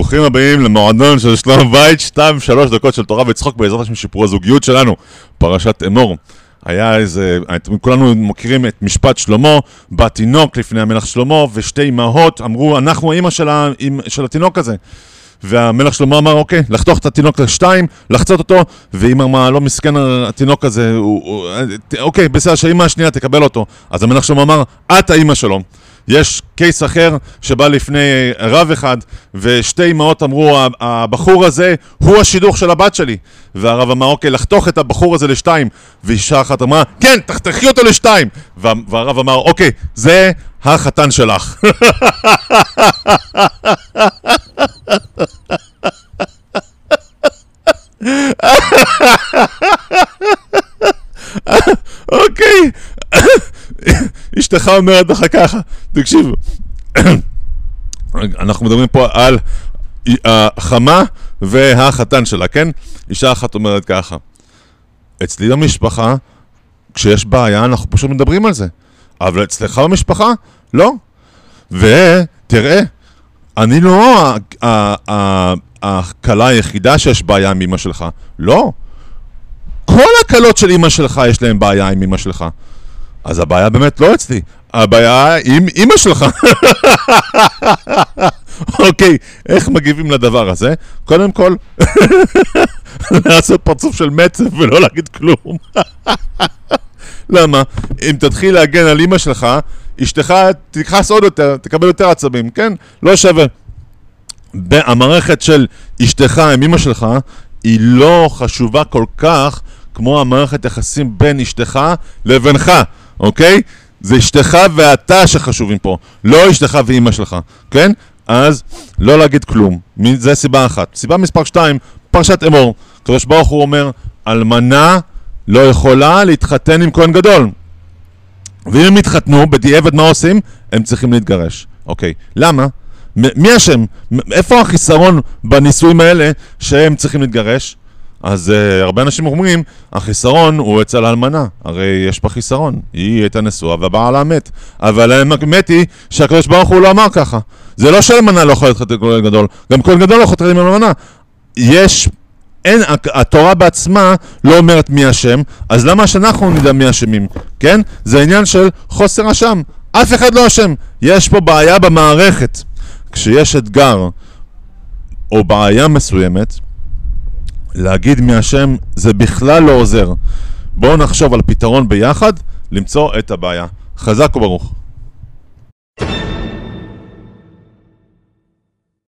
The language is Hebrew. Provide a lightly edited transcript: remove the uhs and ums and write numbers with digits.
ברוכים הבאים למועדון של שלום בית, 2-3 דקות של תורה וצחוק בעזרת השם שיפור הזוגיות שלנו. פרשת אמור. היה איזה, כולנו מכירים את משפט שלמה, בא תינוק לפני המלך שלמה, ושתי אמהות אמרו, אנחנו האמא של התינוק הזה. והמלך שלמה אמר, אוקיי, לחתוך את התינוק לשתיים, לחצות אותו, ואמא אמרה, לא מסכן התינוק הזה, אוקיי, בסדר, שהאמא השנייה תקבל אותו. אז המלך שלמה אמר, את האמא שלו. יש קייס אחר שבא לפני רב אחד, ושתי אמהות אמרו, הבחור הזה הוא השידוך של הבת שלי. והרב אמר, אוקיי, לחתוך את הבחור הזה לשתיים. ואישה אחת אמרה, כן, תחתכי אותו לשתיים. והרב אמר, אוקיי, זה החתן שלך. אוקיי. אשתך אומרת לך ככה, תקשיב, אנחנו מדברים פה על החמה והחתן שלה, כן? אישה אחת אומרת ככה, אצלי במשפחה, כשיש בעיה, אנחנו פשוט מדברים על זה, אבל אצלך במשפחה, לא. ותראה, אני לא הקלה היחידה שיש בעיה עם אמא שלך, לא. כל הקלות של אמא שלך יש להם בעיה עם אמא שלך. אז הבעיה באמת לא אצלי, הבעיה עם אמא שלך. אוקיי, איך מגיבים לדבר הזה? קודם כל, לעשות פרצוף של מצב ולא להגיד כלום. למה? אם תתחיל להגן על אמא שלך, אשתך תכעס עוד יותר, תקבל יותר עצבים, כן? לא שווה. המערכת של אשתך עם אמא שלך היא לא חשובה כל כך כמו המערכת יחסים בין אשתך לבינך, אוקיי? זה אשתך ואתה שחשובים פה, לא אשתך ואמא שלך, כן? אז לא להגיד כלום, זה סיבה אחת. סיבה מספר 2, פרשת אמור. הקדוש ברוך הוא אומר, אלמנה לא יכולה להתחתן עם כהן גדול. ואם הם יתחתנו, בדיעבד מה עושים? הם צריכים להתגרש. אוקיי, למה? מי השם? איפה החיסרון בנישואים האלה שהם צריכים להתגרש? אז הרבה אנשים אומרים, החיסרון הוא אצל האלמנה, הרי יש פה חיסרון, היא הייתה נשואה והבעלה מת, אבל האמת היא שהקדוש ברוך הוא לא אמר ככה, זה לא שאלמנה לא יכולה להתחתן עם כהן גדול, גם כהן גדול לא יכול להתחתן עם אלמנה, התורה בעצמה לא אומרת מי השם, אז למה שאנחנו נדע מי השמים, כן? זה עניין של חוסר אשם, אף אחד לא אשם, יש פה בעיה במערכת, כשיש אתגר או בעיה מסוימת, להגיד מי השם זה בכלל לא עוזר. בואו נחשוב על פתרון ביחד, למצוא את הבעיה. חזק וברוך.